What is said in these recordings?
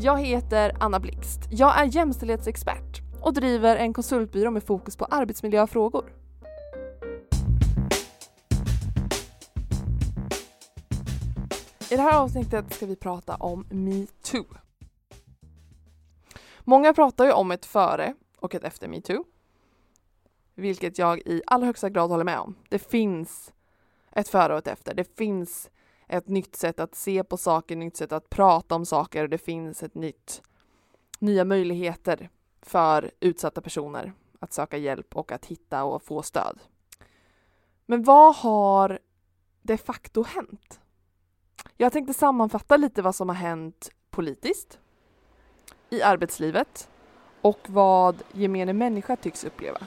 Jag heter Anna Blixt. Jag är jämställdhetsexpert och driver en konsultbyrå med fokus på arbetsmiljöfrågor. I det här avsnittet ska vi prata om MeToo. Många pratar ju om ett före och ett efter MeToo, vilket jag i allra högsta grad håller med om. Det finns ett före och ett efter. Det finns ett nytt sätt att se på saker, ett nytt sätt att prata om saker, och det finns nya möjligheter för utsatta personer att söka hjälp och att hitta och få stöd. Men vad har de facto hänt? Jag tänkte sammanfatta lite vad som har hänt politiskt, i arbetslivet och vad gemene människa tycks uppleva.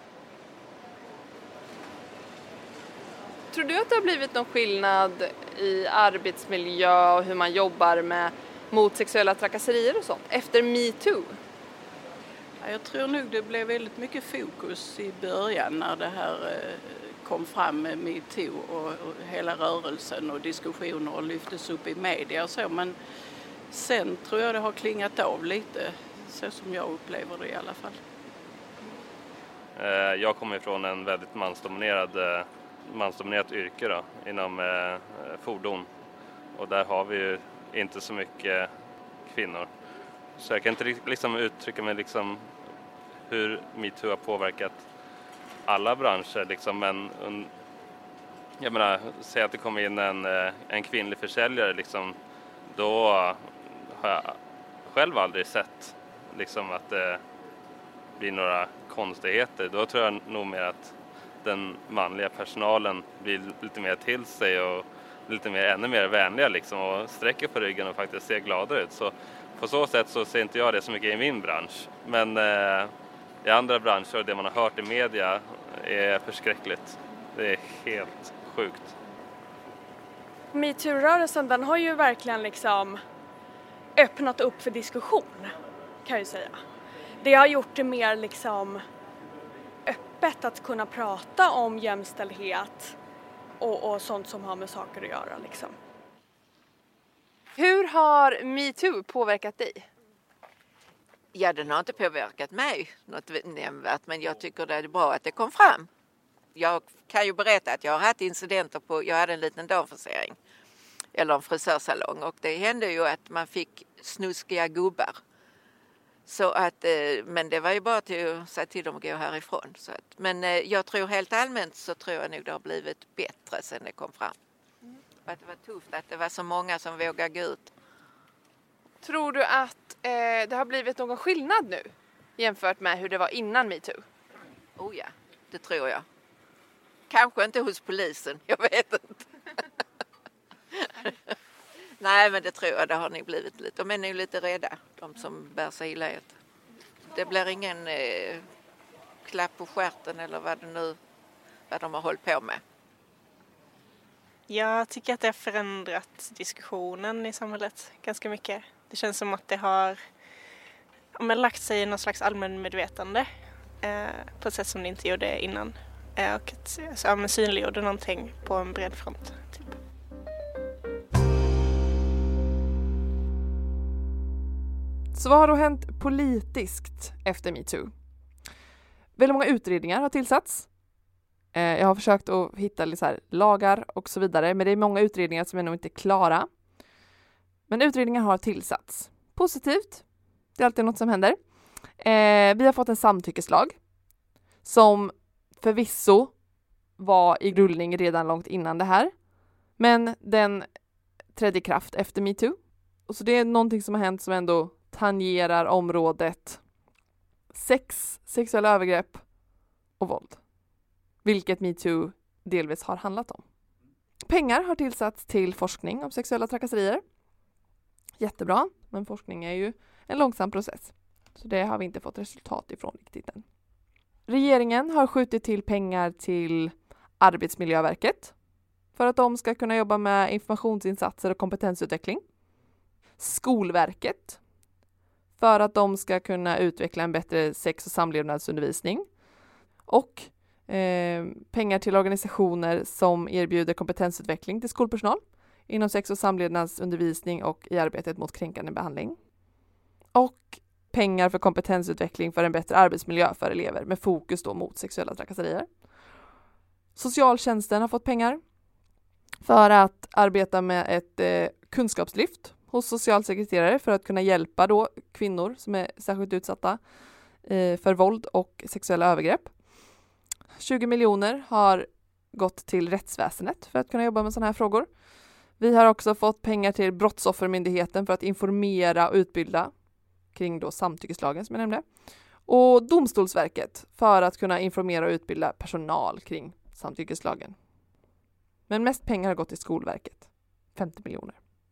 Tror du att det har blivit någon skillnad i arbetsmiljö och hur man jobbar mot sexuella trakasserier och sånt efter MeToo? Jag tror nog det blev väldigt mycket fokus i början när det här kom fram med MeToo och hela rörelsen och diskussioner och lyftes upp i media och så. Men sen tror jag det har klingat av lite, så som jag upplever det i alla fall. Jag kommer ifrån en väldigt mansdominerat yrke då, inom fordon. Och där har vi ju inte så mycket kvinnor. Så jag kan inte uttrycka mig hur MeToo har påverkat alla branscher. Men jag menar, säg att det kommer in en kvinnlig försäljare. Då har jag själv aldrig sett att det blir några konstigheter. Då tror jag nog mer att den manliga personalen blir lite mer till sig och ännu mer vänliga och sträcker på ryggen och faktiskt ser glada ut. Så på så sätt så ser inte jag det så mycket i min bransch. Men i andra branscher, det man har hört i media är förskräckligt. Det är helt sjukt. MeToo-rörelsen, den har ju verkligen öppnat upp för diskussion, kan jag säga. Det har gjort det mer öppet att kunna prata om jämställdhet och sånt som har med saker att göra. Hur har MeToo påverkat dig? Ja, den har inte påverkat mig något nämnvärt, men jag tycker det är bra att det kom fram. Jag kan ju berätta att jag har haft incidenter jag hade en liten damfrisering eller en frisörsalong, och det hände ju att man fick snuskiga gubbar. Så att, men det var ju bara till att säga till dem att gå härifrån. Men jag tror helt allmänt så tror jag nog det har blivit bättre sen det kom fram. Att det var tufft att det var så många som vågade gå ut. Tror du att det har blivit någon skillnad nu jämfört med hur det var innan MeToo? Oh ja, det tror jag. Kanske inte hos polisen, jag vet inte. Nej, men det tror jag, det har ni blivit lite. De är nog lite rädda, de som bär sig illa åt. Det blir ingen klapp på stjärten eller vad de har hållit på med. Jag tycker att det har förändrat diskussionen i samhället ganska mycket. Det känns som att det har lagt sig i någon slags allmänmedvetande på ett sätt som det inte gjorde innan. Och att synliggjorde någonting på en bred front. Typ. Så vad har då hänt politiskt efter MeToo? Väldigt många utredningar har tillsatts. Jag har försökt att hitta lagar och så vidare, men det är många utredningar som är nog inte klara. Men utredningar har tillsatts. Positivt. Det är alltid något som händer. Vi har fått en samtyckeslag som förvisso var i rullning redan långt innan det här. Men den trädde i kraft efter MeToo. Och så det är någonting som har hänt som ändå tangerar området sex, sexuella övergrepp och våld. Vilket MeToo delvis har handlat om. Pengar har tillsatts till forskning om sexuella trakasserier. Jättebra, men forskning är ju en långsam process. Så det har vi inte fått resultat ifrån riktigt än. Regeringen har skjutit till pengar till Arbetsmiljöverket för att de ska kunna jobba med informationsinsatser och kompetensutveckling. Skolverket för att de ska kunna utveckla en bättre sex- och samlevnadsundervisning. Och pengar till organisationer som erbjuder kompetensutveckling till skolpersonal inom sex- och samlevnadsundervisning och i arbetet mot kränkande behandling. Och pengar för kompetensutveckling för en bättre arbetsmiljö för elever med fokus då mot sexuella trakasserier. Socialtjänsten har fått pengar för att arbeta med ett kunskapslyft hos socialsekreterare för att kunna hjälpa då kvinnor som är särskilt utsatta för våld och sexuella övergrepp. 20 miljoner har gått till rättsväsendet för att kunna jobba med sådana här frågor. Vi har också fått pengar till Brottsoffermyndigheten för att informera och utbilda kring då samtyckeslagen som jag nämnde. Och Domstolsverket för att kunna informera och utbilda personal kring samtyckeslagen. Men mest pengar har gått till Skolverket. 50 miljoner.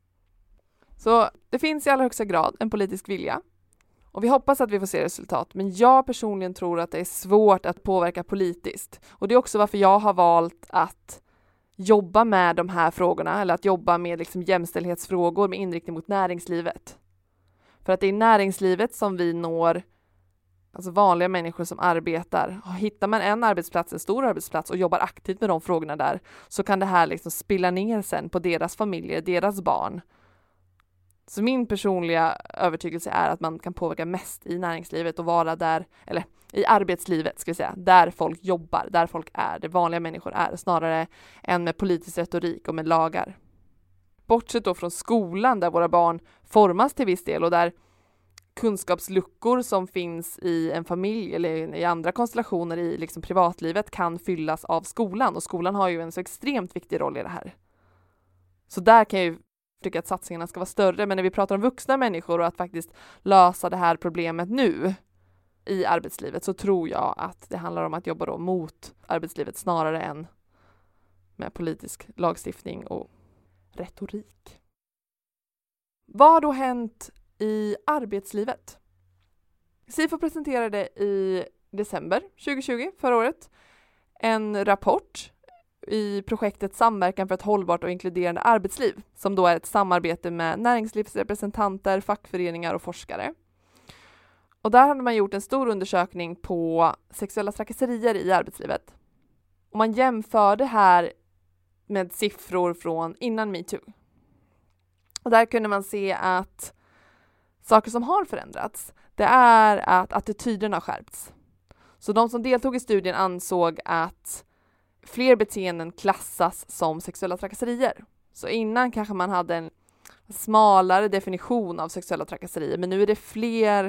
Så det finns i allra högsta grad en politisk vilja. Och vi hoppas att vi får se resultat. Men jag personligen tror att det är svårt att påverka politiskt. Och det är också varför jag har valt att jobba med de här frågorna. Eller att jobba med liksom jämställdhetsfrågor med inriktning mot näringslivet. För att det är näringslivet som vi når, alltså vanliga människor som arbetar. Hittar man en stor arbetsplats och jobbar aktivt med de frågorna där, så kan det här liksom spilla ner sen på deras familjer, deras barn. Så min personliga övertygelse är att man kan påverka mest i näringslivet och vara där, eller i arbetslivet ska vi säga, där folk jobbar, där folk är, där vanliga människor är, snarare än med politisk retorik och med lagar. Bortsett då från skolan där våra barn formas till viss del och där kunskapsluckor som finns i en familj eller i andra konstellationer i liksom privatlivet kan fyllas av skolan. Och skolan har ju en så extremt viktig roll i det här. Så där kan jag ju tycka att satsningarna ska vara större. Men när vi pratar om vuxna människor och att faktiskt lösa det här problemet nu i arbetslivet, så tror jag att det handlar om att jobba då mot arbetslivet snarare än med politisk lagstiftning och retorik. Vad har då hänt i arbetslivet? Sifo presenterade i december 2020, förra året, en rapport i projektet Samverkan för ett hållbart och inkluderande arbetsliv, som då är ett samarbete med näringslivsrepresentanter, fackföreningar och forskare. Och där hade man gjort en stor undersökning på sexuella trakasserier i arbetslivet. Och man jämförde här med siffror från innan MeToo. Och där kunde man se att saker som har förändrats, det är att attityderna har skärpts. Så de som deltog i studien ansåg att fler beteenden klassas som sexuella trakasserier. Så innan kanske man hade en smalare definition av sexuella trakasserier, men nu är det fler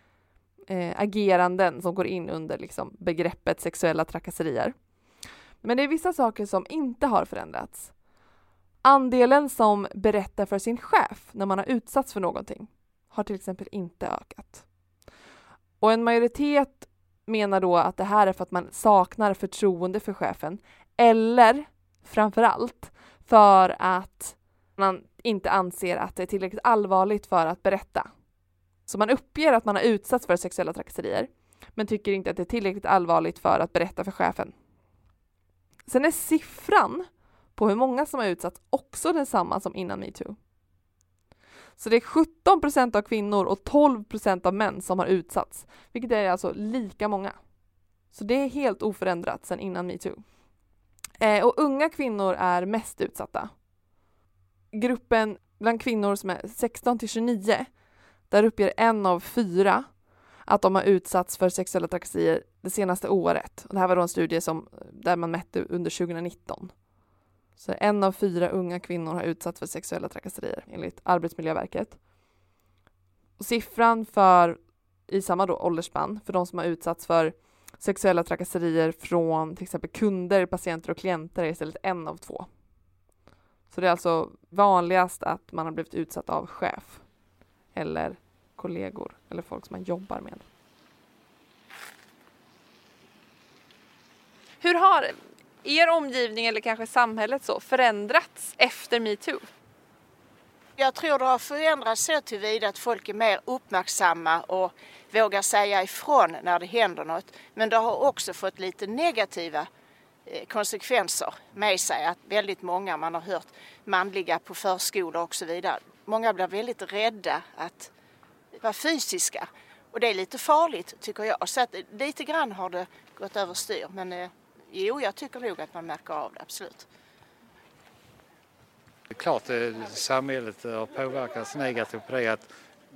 ageranden som går in under liksom begreppet sexuella trakasserier. Men det är vissa saker som inte har förändrats. Andelen som berättar för sin chef när man har utsatts för någonting har till exempel inte ökat. Och en majoritet menar då att det här är för att man saknar förtroende för chefen, eller framförallt för att man inte anser att det är tillräckligt allvarligt för att berätta. Så man uppger att man har utsatts för sexuella trakasserier, men tycker inte att det är tillräckligt allvarligt för att berätta för chefen. Sen är siffran på hur många som har utsatts också densamma som innan MeToo. Så det är 17% av kvinnor och 12% av män som har utsatts, vilket är alltså lika många. Så det är helt oförändrat sedan innan MeToo. Och unga kvinnor är mest utsatta. Gruppen bland kvinnor som är 16-29, där uppger 1 av 4 att de har utsatts för sexuella trakasserier det senaste året. Och det här var då en studie där man mätte under 2019. Så 1 av 4 unga kvinnor har utsatts för sexuella trakasserier enligt Arbetsmiljöverket. Och siffran i samma då åldersspann för de som har utsatts för sexuella trakasserier från till exempel kunder, patienter och klienter är istället 1 av 2. Så det är alltså vanligast att man har blivit utsatt av chef eller kollegor eller folk som man jobbar med. Hur har er omgivning eller kanske samhället så förändrats efter MeToo? Jag tror det har förändrats så tillvida att folk är mer uppmärksamma och vågar säga ifrån när det händer något. Men det har också fått lite negativa konsekvenser med sig. Att väldigt många, man har hört manliga på förskolor och så vidare. Många blir väldigt rädda att vara fysiska. Och det är lite farligt tycker jag. Så att lite grann har det gått överstyr. Men jag tycker nog att man märker av det, absolut. Det är klart att samhället har påverkats negativt på det att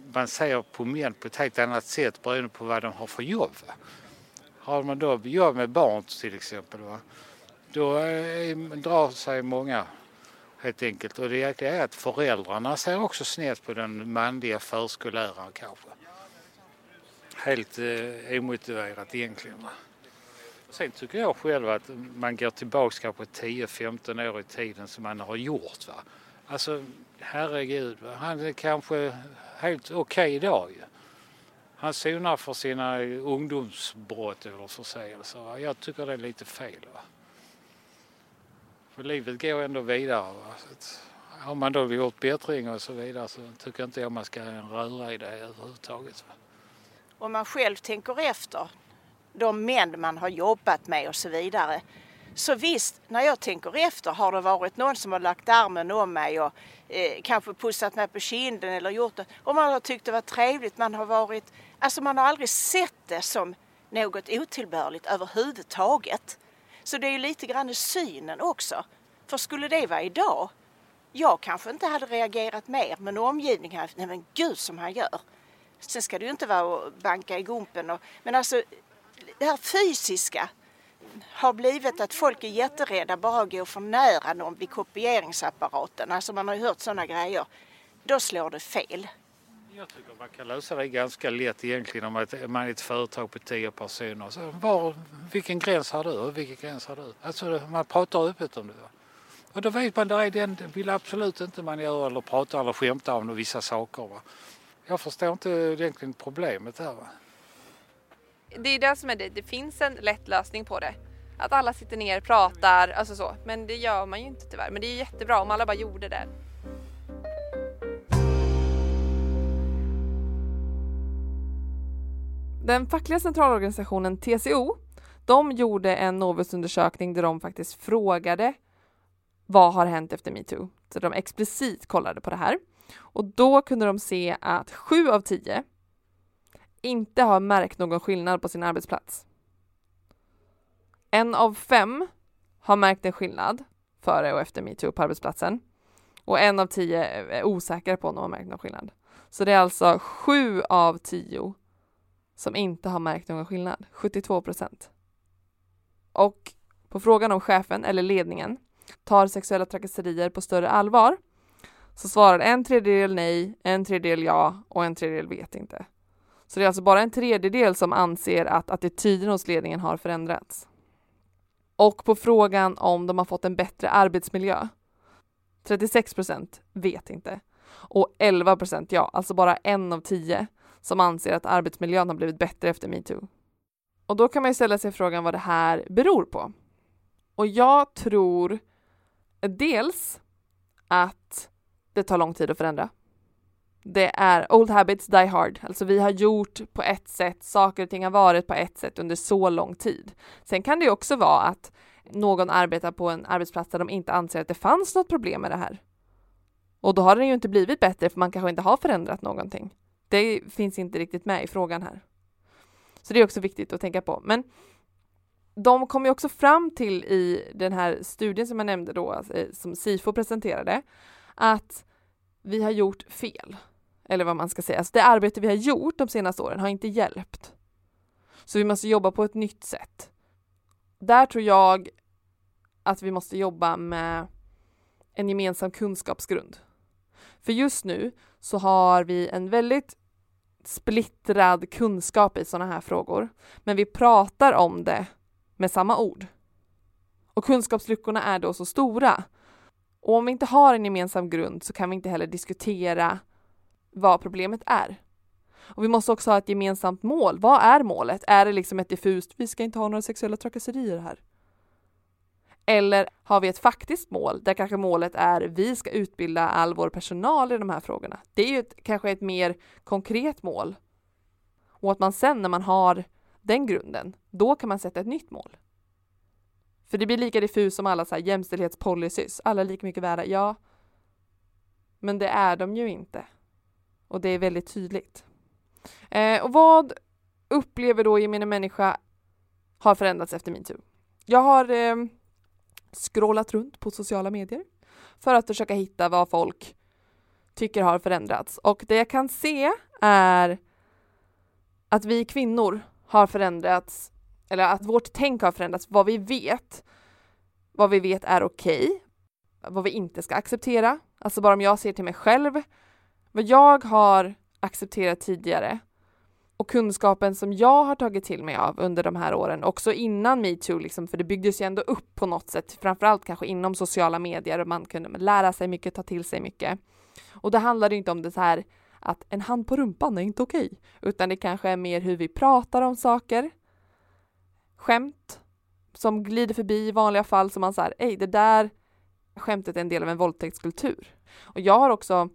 man ser på män på ett helt annat sätt beroende på vad de har för jobb. Va? Har man då jobb med barn till exempel, va? Då drar sig många helt enkelt. Och det är att föräldrarna ser också snett på den manliga förskolläraren kanske. Helt omotiverat egentligen. Va? Sen tycker jag själv att man går tillbaka kanske 10-15 år i tiden som man har gjort. Va? Alltså herregud, va? Han är kanske helt okej idag ju. Han sonar för sina ungdomsbrott eller förseelser. Va? Jag tycker det är lite fel. Va? För livet går ändå vidare. Va? Så att, har man då gjort bättring och så vidare så tycker inte jag man ska röra i det överhuvudtaget. Va? Om man själv tänker efter, de män man har jobbat med och så vidare. Så visst, när jag tänker efter har det varit någon som har lagt armen om mig och kanske pussat mig på kinden eller gjort det. Och man har tyckt det var trevligt, man har aldrig sett det som något otillbörligt överhuvudtaget. Så det är ju lite grann i synen också. För skulle det vara idag, jag kanske inte hade reagerat mer, men omgivningen hade, nej men gud som han gör. Sen ska det ju inte vara att banka i gumpen. Men alltså, det här fysiska har blivit att folk är jätterädda bara att gå för nära någon vid kopieringsapparaten. Alltså man har ju hört sådana grejer. Då slår det fel. Jag tycker man kan lösa det ganska lätt egentligen om man är ett företag på 10 personer. Så vilken gräns har du? Vilken gräns har du? Alltså man pratar öppet om det. Och då vet man, den vill absolut inte man göra eller prata eller skämta om vissa saker. Va? Jag förstår inte egentligen problemet här. Va? Det är det som är det. Det finns en lätt lösning på det. Att alla sitter ner och pratar, alltså så. Men det gör man ju inte tyvärr. Men det är jättebra om alla bara gjorde det. Den fackliga centralorganisationen TCO, de gjorde en Novusundersökning där de faktiskt frågade vad har hänt efter MeToo. Så de explicit kollade på det här. Och då kunde de se att 7 av 10 inte har märkt någon skillnad på sin arbetsplats. 1 av 5 har märkt en skillnad före och efter MeToo på arbetsplatsen. Och 1 av 10 är osäker på om de har märkt någon skillnad. Så det är alltså 7 av 10 som inte har märkt någon skillnad. 72%. Och på frågan om chefen eller ledningen tar sexuella trakasserier på större allvar så svarar 1/3 nej, 1/3 ja och 1/3 vet inte. Så det är alltså bara 1/3 som anser att attityden hos ledningen har förändrats. Och på frågan om de har fått en bättre arbetsmiljö, 36% vet inte. Och 11% ja, alltså bara 1 av 10 som anser att arbetsmiljön har blivit bättre efter MeToo. Och då kan man ju ställa sig frågan vad det här beror på. Och jag tror dels att det tar lång tid att förändra. Det är old habits die hard. Alltså vi har gjort på ett sätt, saker och ting har varit på ett sätt under så lång tid. Sen kan det ju också vara att någon arbetar på en arbetsplats där de inte anser att det fanns något problem med det här. Och då har det ju inte blivit bättre för man kanske inte har förändrat någonting. Det finns inte riktigt med i frågan här. Så det är också viktigt att tänka på. Men de kom ju också fram till i den här studien som jag nämnde då, alltså, som SIFO presenterade, att vi har gjort fel. Eller vad man ska säga. Alltså det arbete vi har gjort de senaste åren har inte hjälpt. Så vi måste jobba på ett nytt sätt. Där tror jag att vi måste jobba med en gemensam kunskapsgrund. För just nu så har vi en väldigt splittrad kunskap i sådana här frågor. Men vi pratar om det med samma ord. Och kunskapsluckorna är då så stora. Och om vi inte har en gemensam grund så kan vi inte heller diskutera vad problemet är. Och vi måste också ha ett gemensamt mål. Vad är målet? Är det liksom ett diffust, vi ska inte ha några sexuella trakasserier här? Eller har vi ett faktiskt mål där kanske målet är vi ska utbilda all vår personal i de här frågorna. Det är ju kanske ett mer konkret mål. Och att man sen när man har den grunden, då kan man sätta ett nytt mål. För det blir lika diffus som alla så här jämställdhetspolicys. Alla är lika mycket värda, ja. Men det är de ju inte. Och det är väldigt tydligt. Och vad upplever då gemene människa har förändrats efter MeToo? Jag har scrollat runt på sociala medier för att försöka hitta vad folk tycker har förändrats. Och det jag kan se är att vi kvinnor har förändrats, eller att vårt tänk har förändrats, vad vi vet är okej, vad vi inte ska acceptera. Alltså bara om jag ser till mig själv, vad jag har accepterat tidigare och kunskapen som jag har tagit till mig av under de här åren, också innan MeToo, liksom, för det byggdes ju ändå upp på något sätt, framförallt kanske inom sociala medier, och man kunde lära sig mycket, ta till sig mycket. Och det handlar inte om det så här att en hand på rumpan är inte okej, utan det kanske är mer hur vi pratar om saker, skämt som glider förbi i vanliga fall, som man säger, det där skämtet är en del av en våldtäktskultur. Och jag har också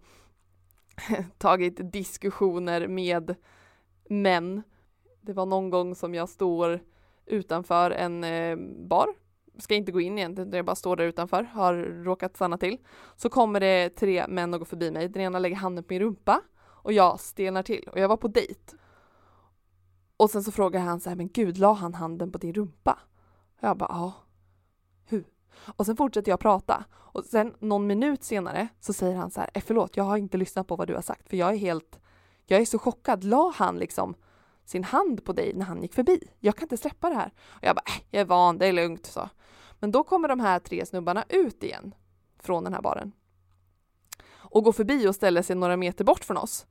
tagit diskussioner med män. Det var någon gång som jag står utanför en bar. Ska inte gå in egentligen, jag bara står där utanför. Har råkat stanna till. Så kommer det 3 män och går förbi mig. Den ena lägger handen på min rumpa och jag stelnar till. Och jag var på dejt. Och sen så frågar han så här, men gud, la han handen på din rumpa? Och jag bara, ja. Hur? Och sen fortsätter jag prata. Och sen någon minut senare så säger han så här, förlåt, jag har inte lyssnat på vad du har sagt. För jag är så chockad. La han liksom sin hand på dig när han gick förbi? Jag kan inte släppa det här. Och jag bara, jag är van, det är lugnt. Så. Men då kommer de här 3 snubbarna ut igen från den här baren. Och går förbi och ställer sig några meter bort från oss.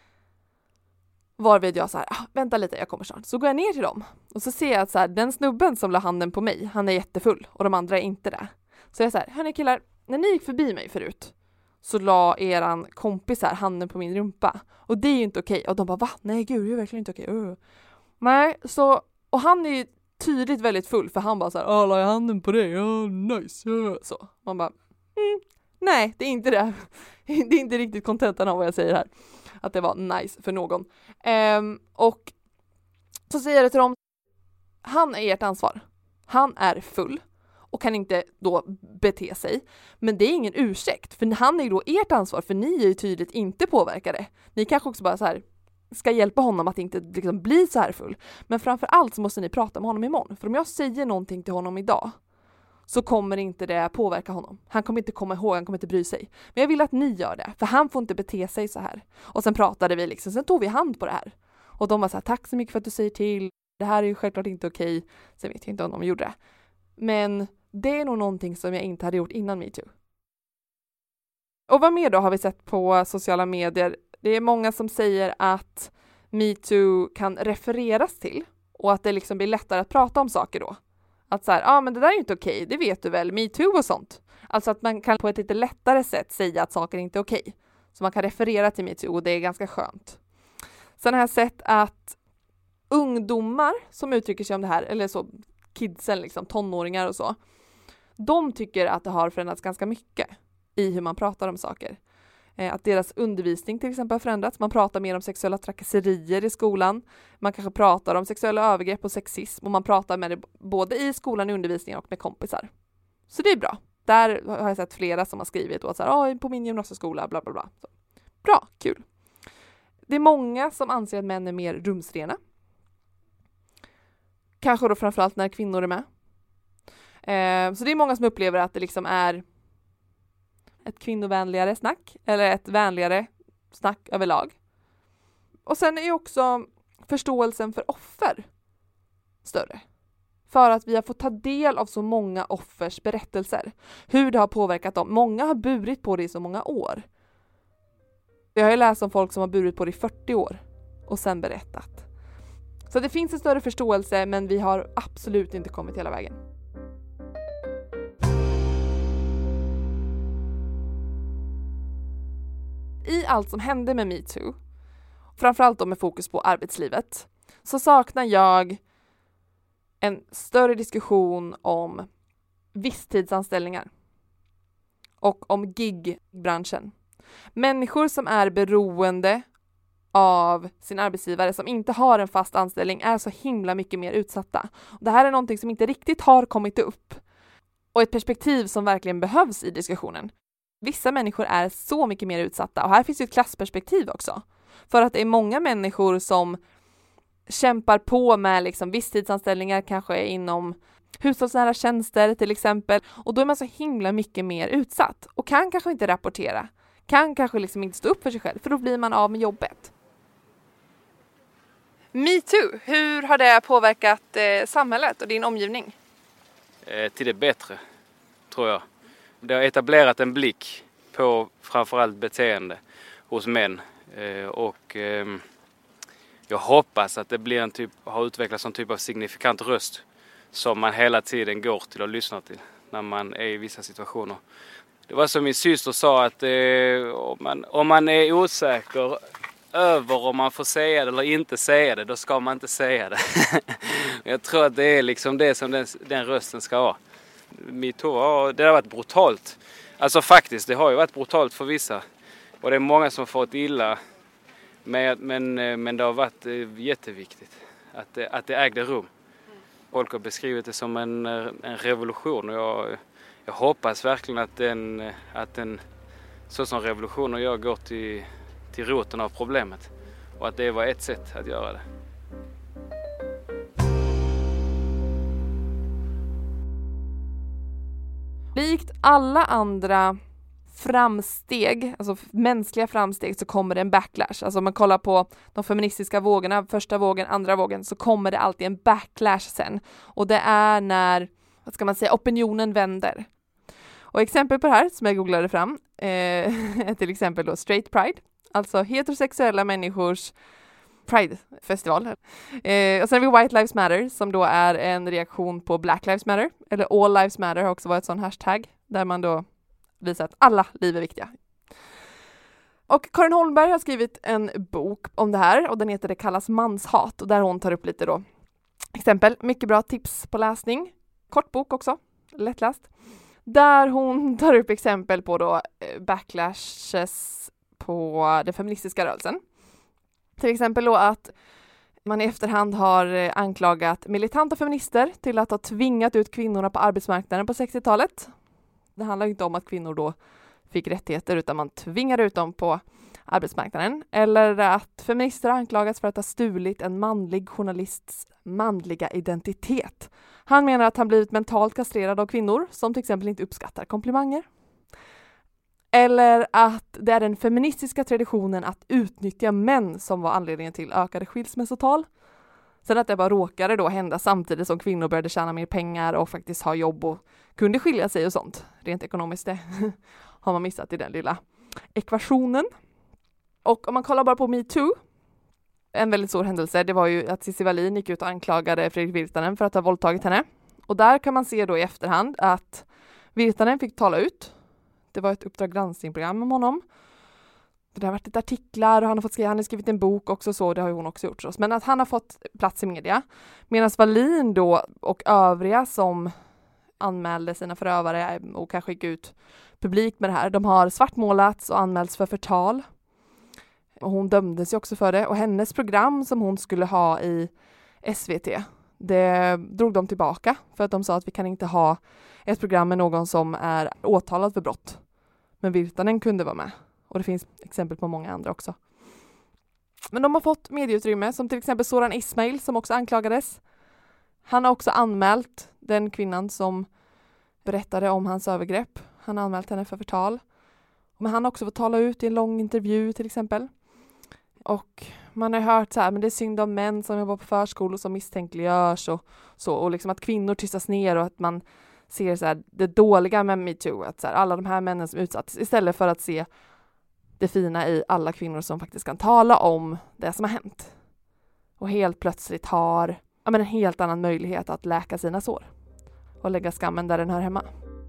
Varvid jag så här, vänta lite, jag kommer snart. Så går jag ner till dem. Och så ser jag att så här, den snubben som la handen på mig, han är jättefull. Och de andra är inte där. Så jag säger, hörni killar, när ni gick förbi mig förut så la eran kompis här handen på min rumpa. Och det är ju inte okej. Och de bara, va? Nej gud, det är verkligen inte okej. Nej, så, och han är ju tydligt väldigt full, för han bara så här, la jag handen på dig? Nice. Så. Man bara, nej, det är inte det. Det är inte riktigt kontentan av vad jag säger här. Att det var nice för någon. Och så säger jag det till dem, han är ert ansvar. Han är full och kan inte då bete sig. Men det är ingen ursäkt, för han är ju då ert ansvar, för ni är ju tydligt inte påverkade. Ni kanske också bara så här ska hjälpa honom att inte liksom bli så här full. Men framför allt så måste ni prata med honom imorgon. För om jag säger någonting till honom idag så kommer inte det påverka honom. Han kommer inte komma ihåg, han kommer inte bry sig. Men jag vill att ni gör det, för han får inte bete sig så här. Och sen pratade vi liksom, sen tog vi hand på det här. Och de var så här, tack så mycket för att du säger till. Det här är ju självklart inte okej. Sen vet jag inte om de gjorde det. Men det är nog någonting som jag inte hade gjort innan MeToo. Och vad mer då har vi sett på sociala medier? Det är många som säger att MeToo kan refereras till. Och att det liksom blir lättare att prata om saker då. Att så här, men det där är ju inte okej, det vet du väl, MeToo och sånt. Alltså att man kan på ett lite lättare sätt säga att saker inte är okej. Så man kan referera till MeToo och det är ganska skönt. Sen har jag sett att ungdomar som uttrycker sig om det här, eller så kidsen liksom, tonåringar och så, de tycker att det har förändrats ganska mycket i hur man pratar om saker. Att deras undervisning till exempel har förändrats. Man pratar mer om sexuella trakasserier i skolan. Man kanske pratar om sexuella övergrepp och sexism. Och man pratar med det både i skolan, i undervisningen och med kompisar. Så det är bra. Där har jag sett flera som har skrivit och så här, på min gymnasieskola, bla bla bla. Så. Bra, kul. Det är många som anser att män är mer rumsrena. Kanske då framförallt när kvinnor är med. Så det är många som upplever att det liksom är ett kvinnovänligare snack, eller ett vänligare snack överlag. Och sen är ju också förståelsen för offer större. För att vi har fått ta del av så många offers berättelser. Hur det har påverkat dem. Många har burit på det i så många år. Jag har ju läst om folk som har burit på det i 40 år och sen berättat. Så det finns en större förståelse, men vi har absolut inte kommit hela vägen. I allt som hände med MeToo, framförallt då med fokus på arbetslivet, så saknar jag en större diskussion om visstidsanställningar och om gigbranschen. Människor som är beroende av sin arbetsgivare, som inte har en fast anställning, är så himla mycket mer utsatta. Det här är någonting som inte riktigt har kommit upp och ett perspektiv som verkligen behövs i diskussionen. Vissa människor är så mycket mer utsatta, och här finns ju ett klassperspektiv också. För att det är många människor som kämpar på med liksom visstidsanställningar, kanske inom hushållsnära tjänster till exempel. Och då är man så himla mycket mer utsatt och kan kanske inte rapportera. kan kanske liksom inte stå upp för sig själv, för då blir man av med jobbet. MeToo, hur har det påverkat samhället och din omgivning? Till det bättre, tror jag. Det har etablerat en blick på framförallt beteende hos män. Och jag hoppas att det blir har utvecklats en typ av signifikant röst som man hela tiden går till och lyssnar till när man är i vissa situationer. Det var som min syster sa, att om man är osäker över om man får säga det eller inte säga det, då ska man inte säga det. Jag tror att det är liksom det som den rösten ska vara. MeToo, det har varit brutalt. Alltså faktiskt, det har ju varit brutalt för vissa. Och det är många som har fått illa. Men det har varit jätteviktigt att det ägde rum. Folk har beskrivit det som en revolution. Och jag hoppas verkligen att den så som revolutioner gör går till roten av problemet. Och att det var ett sätt att göra det. Likt alla andra framsteg, alltså mänskliga framsteg, så kommer det en backlash. Alltså om man kollar på de feministiska vågorna, första vågen, andra vågen, så kommer det alltid en backlash sen. Och det är när, vad ska man säga, opinionen vänder. Och exempel på det här som jag googlade fram är till exempel då Straight Pride, alltså heterosexuella människors Pride-festival. Och sen har vi White Lives Matter som då är en reaktion på Black Lives Matter, eller All Lives Matter har också varit en sån hashtag där man då visar att alla liv är viktiga. Och Karin Holmberg har skrivit en bok om det här och den heter Det kallas manshat, och där hon tar upp lite då exempel, mycket bra tips på läsning. Kort bok också, lättläst. Där hon tar upp exempel på då backlashes på den feministiska rörelsen. Till exempel då att man i efterhand har anklagat militanta feminister till att ha tvingat ut kvinnorna på arbetsmarknaden på 60-talet. Det handlar inte om att kvinnor då fick rättigheter, utan man tvingade ut dem på arbetsmarknaden. Eller att feminister anklagats för att ha stulit en manlig journalists manliga identitet. Han menar att han blivit mentalt kastrerad av kvinnor som till exempel inte uppskattar komplimanger. Eller att det är den feministiska traditionen att utnyttja män som var anledningen till ökade skilsmässotal. Sen att det bara råkade då hända samtidigt som kvinnor började tjäna mer pengar och faktiskt ha jobb och kunde skilja sig och sånt. Rent ekonomiskt det har man missat i den lilla ekvationen. Och om man kollar bara på MeToo, en väldigt stor händelse, det var ju att Cissi Wallin gick ut och anklagade Fredrik Virtanen för att ha våldtagit henne. Och där kan man se då i efterhand att Virtanen fick tala ut. Det var ett Uppdrag granskningsprogram om honom. Det har varit lite artiklar och han har skrivit en bok också, så det har ju hon också gjort. Men att han har fått plats i media. Medan Wallin då och övriga som anmälde sina förövare och kanske gick ut publikt med det här, de har svartmålats och anmälts för förtal. Och hon dömdes ju också för det. Och hennes program som hon skulle ha i SVT, det drog de tillbaka för att de sa att vi kan inte ha ett program med någon som är åtalad för brott. Men Virtanen kunde vara med. Och det finns exempel på många andra också. Men de har fått medieutrymme, som till exempel Soran Ismail som också anklagades. Han har också anmält den kvinnan som berättade om hans övergrepp. Han har anmält henne för förtal. Men han har också fått tala ut i en lång intervju till exempel. Och man har hört så här, men det är synd om män som jobbar på förskolor som misstänkliggörs och så. Och liksom att kvinnor tystas ner och att man ser så här, det dåliga med MeToo. Att så här, alla de här männen som utsatts, istället för att se det fina i alla kvinnor som faktiskt kan tala om det som har hänt. Och helt plötsligt har en helt annan möjlighet att läka sina sår. Och lägga skammen där den hör hemma.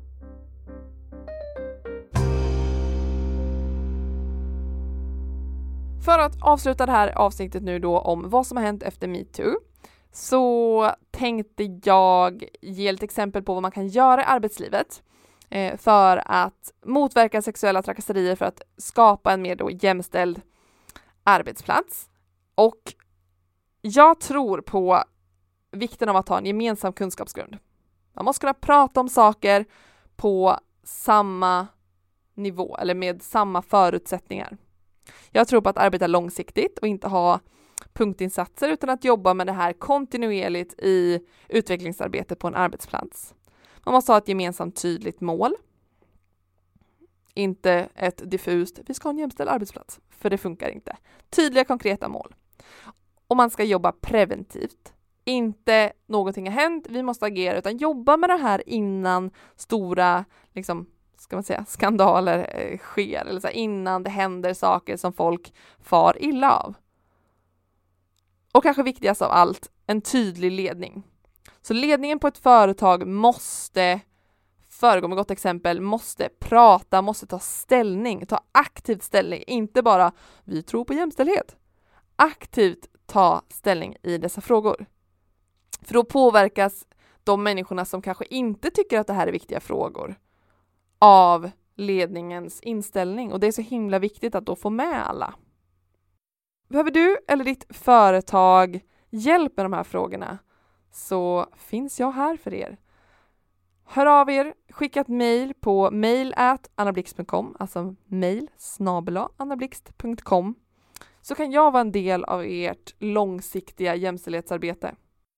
För att avsluta det här avsnittet nu då om vad som har hänt efter MeToo, så tänkte jag ge ett exempel på vad man kan göra i arbetslivet för att motverka sexuella trakasserier, för att skapa en mer då jämställd arbetsplats. Och jag tror på vikten av att ha en gemensam kunskapsgrund. Man måste kunna prata om saker på samma nivå eller med samma förutsättningar. Jag tror på att arbeta långsiktigt och inte ha punktinsatser, utan att jobba med det här kontinuerligt i utvecklingsarbetet på en arbetsplats. Man måste ha ett gemensamt tydligt mål. inte ett diffust, vi ska ha en jämställd arbetsplats, för det funkar inte. Tydliga konkreta mål. Och man ska jobba preventivt. Inte någonting har hänt, vi måste agera, utan jobba med det här innan stora ska man säga, skandaler sker. Eller så här, innan det händer saker som folk far illa av. Och kanske viktigast av allt, en tydlig ledning. Så ledningen på ett företag måste föregå med gott exempel, måste prata, måste ta ställning, ta aktivt ställning. Inte bara, vi tror på jämställdhet. Aktivt ta ställning i dessa frågor. För då påverkas de människorna som kanske inte tycker att det här är viktiga frågor av ledningens inställning. Och det är så himla viktigt att då få med alla. Behöver du eller ditt företag hjälp med de här frågorna, så finns jag här för er. Hör av er, skicka ett mejl på mail@annablixt.com, alltså mail@annablixt.com, så kan jag vara en del av ert långsiktiga jämställdhetsarbete.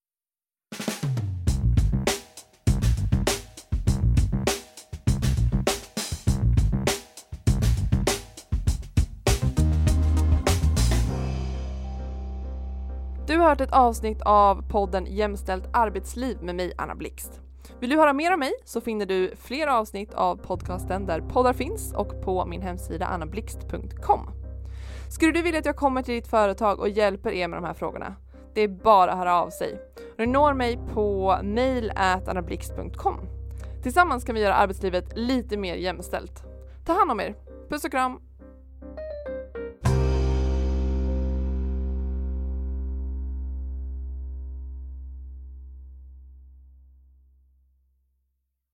Du har hört ett avsnitt av podden Jämställt arbetsliv med mig, Anna Blixt. Vill du höra mer av mig så finner du fler avsnitt av podcasten där poddar finns och på min hemsida annablixt.com. Skulle du vilja att jag kommer till ditt företag och hjälper er med de här frågorna? Det är bara att höra av sig. Du når mig på mail@annablixt.com. Tillsammans kan vi göra arbetslivet lite mer jämställt. Ta hand om er. Puss och kram!